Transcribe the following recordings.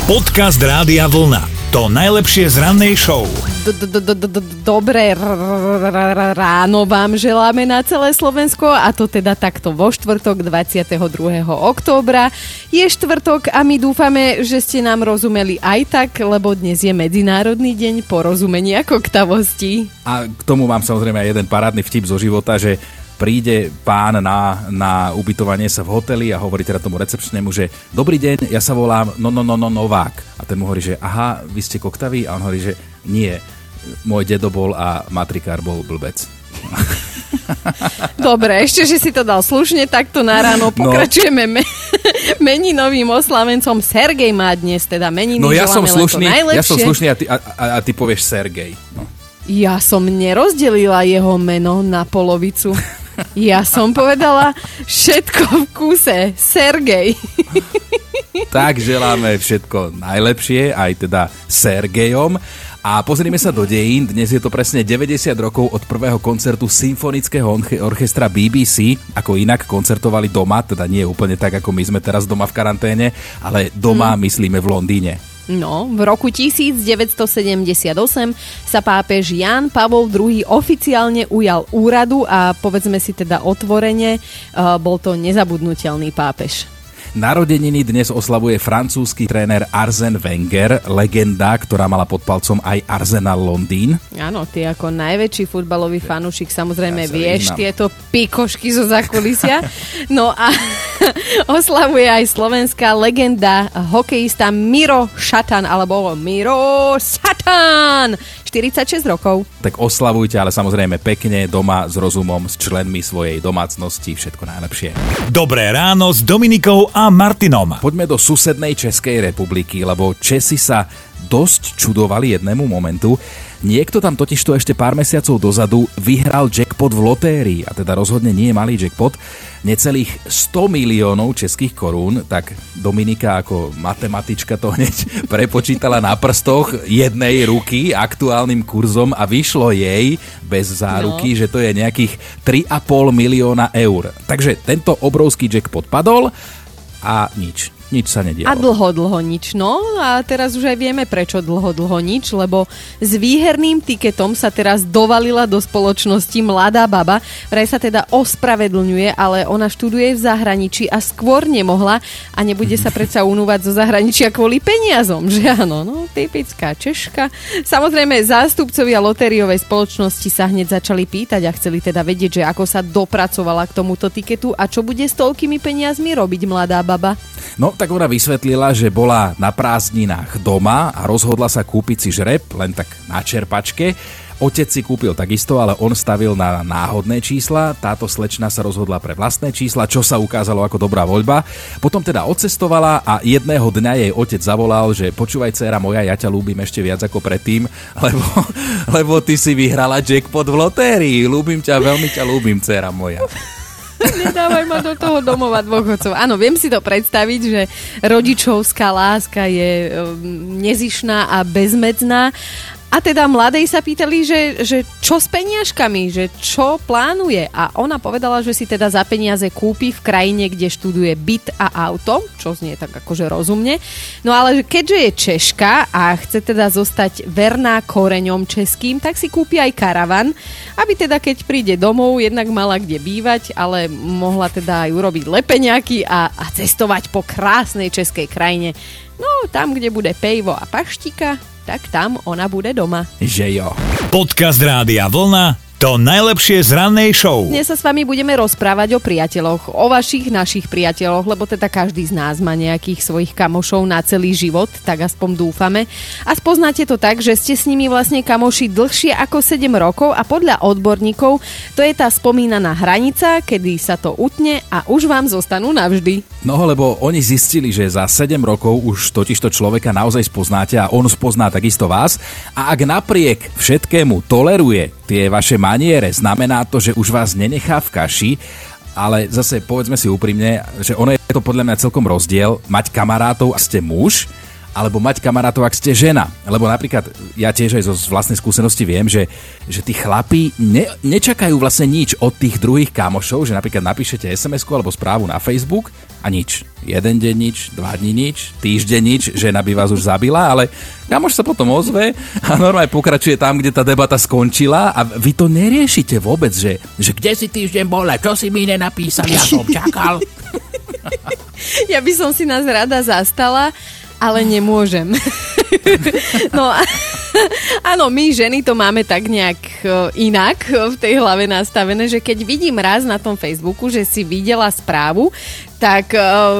Podcast Rádia Vlna. To najlepšie z rannej show. Dobré ráno vám želáme na celé Slovensko, a to teda takto vo štvrtok 22. októbra. Je štvrtok a my dúfame, že ste nám rozumeli aj tak, lebo dnes je Medzinárodný deň porozumenia koktavosti. A k tomu mám samozrejme aj jeden parádny vtip zo života, že príde pán na ubytovanie sa v hoteli a hovorí teda tomu recepčnému, že dobrý deň, ja sa volám Novák. A ten mu hovorí, že aha, vy ste koktaví? A on hovorí, že nie, môj dedo bol a matrikár bol blbec. Dobre, ešte, že si to dal slušne, takto na ráno pokračujeme meninovým oslavencom. Sergej má dnes teda meniny. No ja som slušný a ty povieš Sergej. No. Ja som nerozdelila jeho meno na polovicu. Ja som povedala všetko v kúse. Sergej. Tak želáme všetko najlepšie, aj teda Sergejom. A pozrime sa do dejín. Dnes je to presne 90 rokov od prvého koncertu symfonického orchestra BBC. Ako inak koncertovali doma, teda nie úplne tak, ako my sme teraz doma v karanténe, ale doma myslíme v Londýne. No, v roku 1978 sa pápež Ján Pavol II oficiálne ujal úradu a povedzme si teda otvorene, bol to nezabudnutelný pápež. Narodeniny dnes oslavuje francúzsky tréner Arsène Wenger, legenda, ktorá mala pod palcom aj Arsenal Londýn. Áno, ty ako najväčší futbalový fanúšik samozrejme vieš tieto pikošky zo zákulisia. No a oslavuje aj slovenská legenda, hokejista Miro Šatan, alebo Miro Satan. 46 rokov. Tak oslavujte, ale samozrejme pekne, doma, s rozumom, s členmi svojej domácnosti, všetko najlepšie. Dobré ráno s Dominikou a Martinom. Poďme do susednej Českej republiky, lebo Česi sa dosť čudovali jednému momentu. Niekto tam totižto ešte pár mesiacov dozadu vyhral jackpot v lotérii, a teda rozhodne nie je malý jackpot, necelých 100 miliónov českých korún, tak Dominika ako matematička to hneď prepočítala na prstoch jednej ruky aktuálnym kurzom a vyšlo jej bez záruky, že to je nejakých 3,5 milióna eur. Takže tento obrovský jackpot padol a nič sa nedialo. A dlho nič, no. A teraz už aj vieme, prečo dlho nič, lebo s výherným tiketom sa teraz dovalila do spoločnosti mladá baba. Vraj sa teda ospravedlňuje, ale ona študuje v zahraničí a skôr nemohla a nebude sa predsa unúvať zo zahraničia kvôli peniazom, že áno? No, typická Češka. Samozrejme, zástupcovia lotériovej spoločnosti sa hneď začali pýtať a chceli teda vedieť, že ako sa dopracovala k tomuto tiketu a čo bude s toľkými peniazmi robiť mladá baba. No, tak ona vysvetlila, že bola na prázdninách doma a rozhodla sa kúpiť si žreb, len tak na čerpačke. Otec si kúpil takisto, ale on stavil na náhodné čísla. Táto slečna sa rozhodla pre vlastné čísla, čo sa ukázalo ako dobrá voľba. Potom teda odcestovala a jedného dňa jej otec zavolal, že počúvaj, dcéra moja, ja ťa ľúbim ešte viac ako predtým, lebo ty si vyhrala jackpot v lotérii. Ľúbim ťa, veľmi ťa ľúbim, dcéra moja. Nedávaj ma do toho domova dôchodcov. Áno, viem si to predstaviť, že rodičovská láska je nezištná a bezmedzná. A teda mladej sa pýtali, že čo s peniažkami, že čo plánuje. A ona povedala, že si teda za peniaze kúpi v krajine, kde študuje byt a auto, čo znie tak akože rozumne. No ale keďže je Češka a chce teda zostať verná koreňom českým, tak si kúpi aj karavan, aby teda keď príde domov, jednak mala kde bývať, ale mohla teda aj urobiť lepeňaky a cestovať po krásnej českej krajine. No, tam, kde bude pejvo a paštika, tak tam ona bude doma. Že jo. Podcast Rádia Vlna. To najlepšie z rannej show. Dnes sa s vami budeme rozprávať o priateľoch, o našich priateľoch, lebo teda každý z nás má nejakých svojich kamošov na celý život, tak aspoň dúfame. A spoznáte to tak, že ste s nimi vlastne kamoši dlhšie ako 7 rokov a podľa odborníkov to je tá spomínaná hranica, kedy sa to utne a už vám zostanú navždy. No, lebo oni zistili, že za 7 rokov už totižto človeka naozaj spoznáte a on spozná takisto vás. A ak napriek všetkému toleruje tie vaše maniere, znamená to, že už vás nenechá v kaši, ale zase povedzme si úprimne, že ono je to podľa mňa celkom rozdiel mať kamarátov, ak ste muž, alebo mať kamarátov, ak ste žena. Lebo napríklad ja tiež aj zo vlastnej skúsenosti viem, že tí chlapí nečakajú vlastne nič od tých druhých kamošov, že napríklad napíšete SMS-ku alebo správu na Facebook A nič. Jeden deň nič, 2 dní nič, týždeň nič, žena by vás už zabila, ale kamoš sa potom ozve a normálne pokračuje tam, kde tá debata skončila a vy to neriešite vôbec, že kde si týždeň bol a čo si mi nenapísal, ja som čakal. Ja by som si nás rada zastala, ale nemôžem. No áno, my ženy to máme tak nejak inak v tej hlave nastavené, že keď vidím raz na tom Facebooku, že si videla správu, tak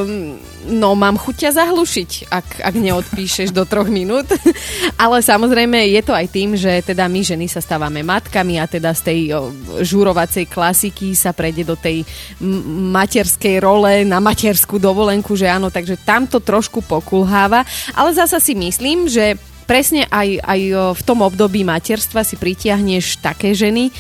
no mám chuť ťa zahlušiť, ak neodpíšeš do 3 minút. Ale samozrejme je to aj tým, že teda my ženy sa stávame matkami a teda z tej žúrovacej klasiky sa prejde do tej materskej role na materskú dovolenku, že áno, takže tam to trošku pokulháva. Ale zasa si myslím, že presne aj v tom období materstva si pritiahneš také ženy,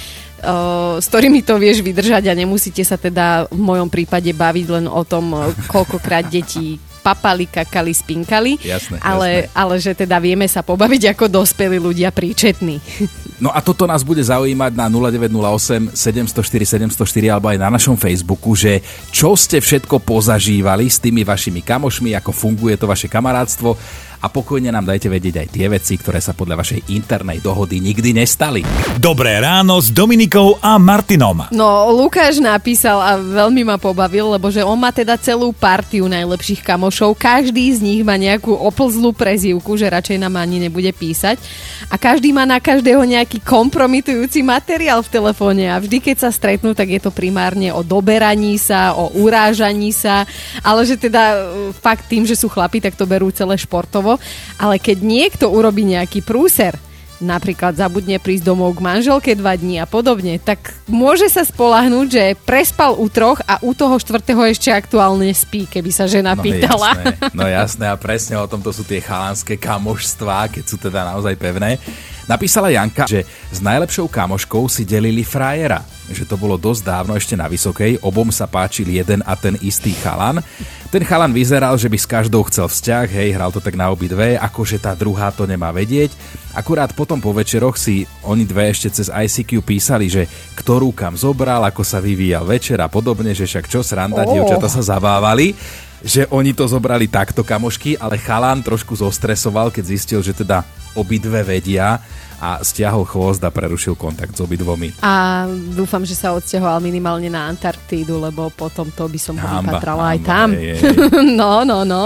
s ktorými to vieš vydržať a nemusíte sa teda v mojom prípade baviť len o tom, koľkokrát deti papali, kakali, spinkali. Jasné. Ale že teda vieme sa pobaviť ako dospelí ľudia príčetní. No a toto nás bude zaujímať na 0908 704 704 alebo aj na našom Facebooku, že čo ste všetko pozažívali s tými vašimi kamošmi, ako funguje to vaše kamarátstvo a pokojne nám dajte vedieť aj tie veci, ktoré sa podľa vašej internej dohody nikdy nestali. Dobré ráno s Dominikou a Martinom. No, Lukáš napísal a veľmi ma pobavil, lebo že on má teda celú partiu najlepších kamošov. Každý z nich má nejakú oplzlú prezývku, že radšej nám ani nebude písať. A každý má na každého nejaký kompromitujúci materiál v telefóne. A vždy, keď sa stretnú, tak je to primárne o doberaní sa, o urážaní sa. Ale že teda fakt tým, že sú chlapi, tak to berú celé športovo. Ale keď niekto urobí nejaký prúser, napríklad zabudne prísť domov k manželke 2 dní a podobne, tak môže sa spoľahnúť, že prespal u 3 a u toho 4. ešte aktuálne spí, keby sa žena pýtala. No jasné a presne o tomto sú tie chalanské kamošstvá, keď sú teda naozaj pevné. Napísala Janka, že s najlepšou kamoškou si delili frajera, že to bolo dosť dávno ešte na Vysokej, obom sa páčil jeden a ten istý chalan. Ten chalan vyzeral, že by s každou chcel vzťah, hej, hral to tak na obidve, akože tá druhá to nemá vedieť. Akurát potom po večeroch si oni dve ešte cez ICQ písali, že ktorú kam zobral, ako sa vyvíjal večer a podobne, že však čo sranda, dievčatá sa zabávali, že oni to zobrali takto kamošky, ale chalan trošku zostresoval, keď zistil, že teda obidve vedia a stiahol chvost a prerušil kontakt s obidvomi. A dúfam, že sa odsťahoval minimálne na Antarktídu, lebo potom to by som ho vypatrala aj tam. No.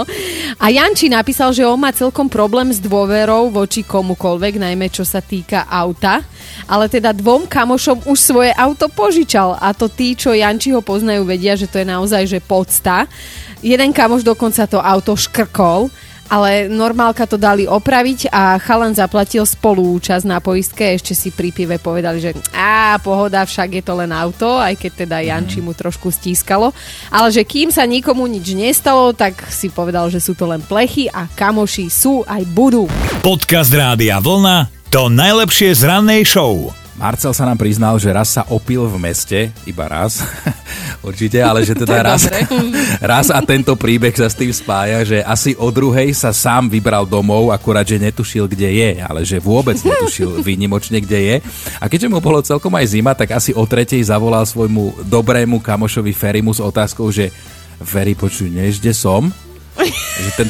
A Janči napísal, že on má celkom problém s dôverou voči komukoľvek, najmä čo sa týka auta. Ale teda 2 kamošom už svoje auto požičal a to tí, čo Jančiho poznajú, vedia, že to je naozaj že podsta. Jeden kamoš dokonca to auto škrkol, ale normálka to dali opraviť a chalan zaplatil spoluúčasť na poistke. Ešte si pri pive povedali, že pohoda, však je to len auto, aj keď teda Janči mu trošku stískalo. Ale že kým sa nikomu nič nestalo, tak si povedal, že sú to len plechy a kamoši sú aj budú. Podcast Rádia Vlna, to najlepšie z rannej show. Marcel sa nám priznal, že raz sa opil v meste, iba raz, určite, ale že teda raz a tento príbeh sa s tým spája, že asi o 2:00 sa sám vybral domov, akurát, že netušil, kde je, ale že vôbec netušil výnimočne, kde je. A keďže mu bolo celkom aj zima, tak asi o 3:00 zavolal svojmu dobrému kamošovi Ferimu s otázkou, že Feri, počuj, nevieš, kde som? Že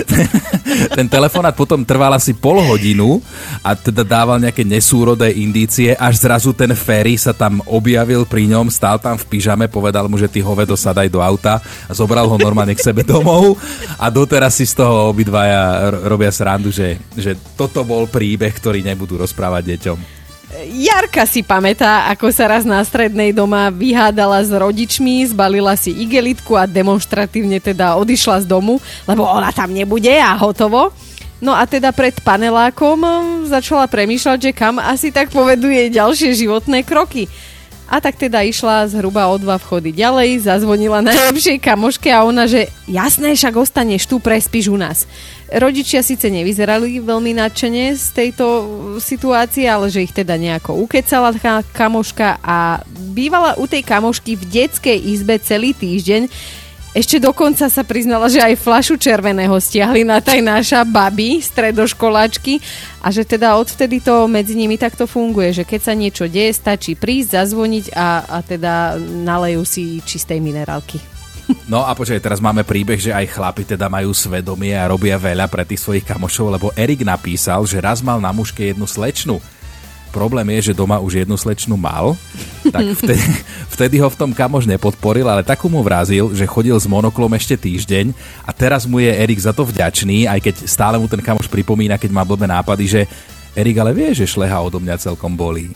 ten telefonát potom trval asi pol hodinu a teda dával nejaké nesúrodé indície, až zrazu ten Ferry sa tam objavil pri ňom, stál tam v pyžame, povedal mu, že ty hovedo sadaj do auta a zobral ho normálne k sebe domov a doteraz si z toho obidvaja robia srandu, že toto bol príbeh, ktorý nebudú rozprávať deťom. Jarka si pamätá, ako sa raz na strednej doma vyhádala s rodičmi, zbalila si igelitku a demonštratívne teda odišla z domu, lebo ona tam nebude a hotovo. No a teda pred panelákom začala premýšľať, že kam asi tak povedú jej ďalšie životné kroky. A tak teda išla zhruba o 2 vchody ďalej, zazvonila najlepšej kamoške a ona, že jasné, však ostaneš tu, prespíš u nás. Rodičia síce nevyzerali veľmi nadšene z tejto situácie, ale že ich teda nejako ukecala kamoška a bývala u tej kamošky v detskej izbe celý týždeň. Ešte dokonca sa priznala, že aj fľašu červeného stiahli na naša baby, stredoškoláčky a že teda odvtedy to medzi nimi takto funguje, že keď sa niečo deje, stačí prísť, zazvoniť a teda nalejú si čistej minerálky. No a počkaj, teraz máme príbeh, že aj chlapi teda majú svedomie a robia veľa pre tých svojich kamošov, lebo Erik napísal, že raz mal na mužke jednu slečnu. Problém je, že doma už jednu slečnu mal, tak vtedy ho v tom kamoš nepodporil, ale takú mu vrazil, že chodil s monoklom ešte týždeň a teraz mu je Erik za to vďačný, aj keď stále mu ten kamoš pripomína, keď má blbé nápady, že Erik ale vie, že šleha odo mňa celkom bolí.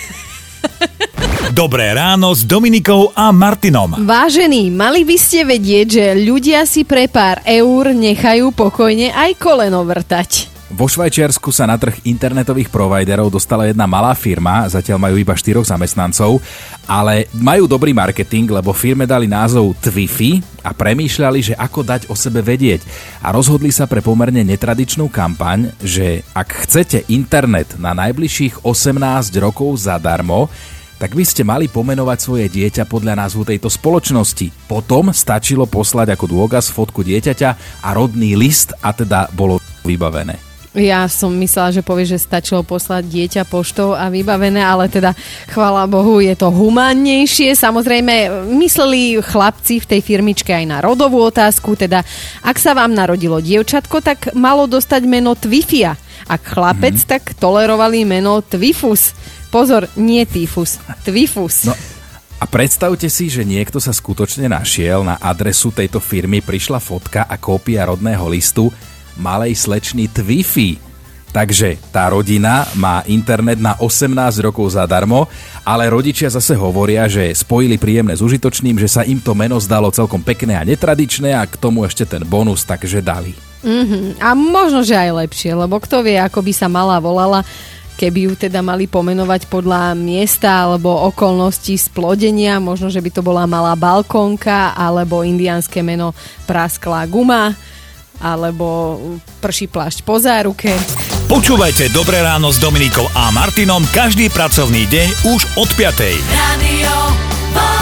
Dobré ráno s Dominikou a Martinom. Vážení, mali by ste vedieť, že ľudia si pre pár eur nechajú pokojne aj koleno vrtať. Vo Švajčiarsku sa na trh internetových providerov dostala jedna malá firma, zatiaľ majú iba 4 zamestnancov, ale majú dobrý marketing, lebo firme dali názov Twifi a premýšľali, že ako dať o sebe vedieť. A rozhodli sa pre pomerne netradičnú kampaň, že ak chcete internet na najbližších 18 rokov zadarmo, tak by ste mali pomenovať svoje dieťa podľa názvu tejto spoločnosti. Potom stačilo poslať ako dôkaz fotku dieťaťa a rodný list a teda bolo vybavené. Ja som myslela, že povieš, že stačilo poslať dieťa poštou a vybavené, ale teda chvála Bohu, je to humánnejšie. Samozrejme, mysleli chlapci v tej firmičke aj na rodovú otázku, teda ak sa vám narodilo dievčatko, tak malo dostať meno Twifia. Ak chlapec, tak tolerovali meno Twifus. Pozor, nie Tyfus, Twifus. No. A predstavte si, že niekto sa skutočne našiel, na adresu tejto firmy prišla fotka a kópia rodného listu malej slečny Twifi. Takže tá rodina má internet na 18 rokov zadarmo, ale rodičia zase hovoria, že spojili príjemné s užitočným, že sa im to meno zdalo celkom pekné a netradičné a k tomu ešte ten bonus, takže dali. A možno, že aj lepšie, lebo kto vie, ako by sa malá volala, keby ju teda mali pomenovať podľa miesta alebo okolností splodenia, možno, že by to bola malá balkónka alebo indiánske meno Prasklá guma alebo Prší plášť po záruke. Počúvajte Dobré ráno s Dominikou a Martinom každý pracovný deň už od 5:00. Radio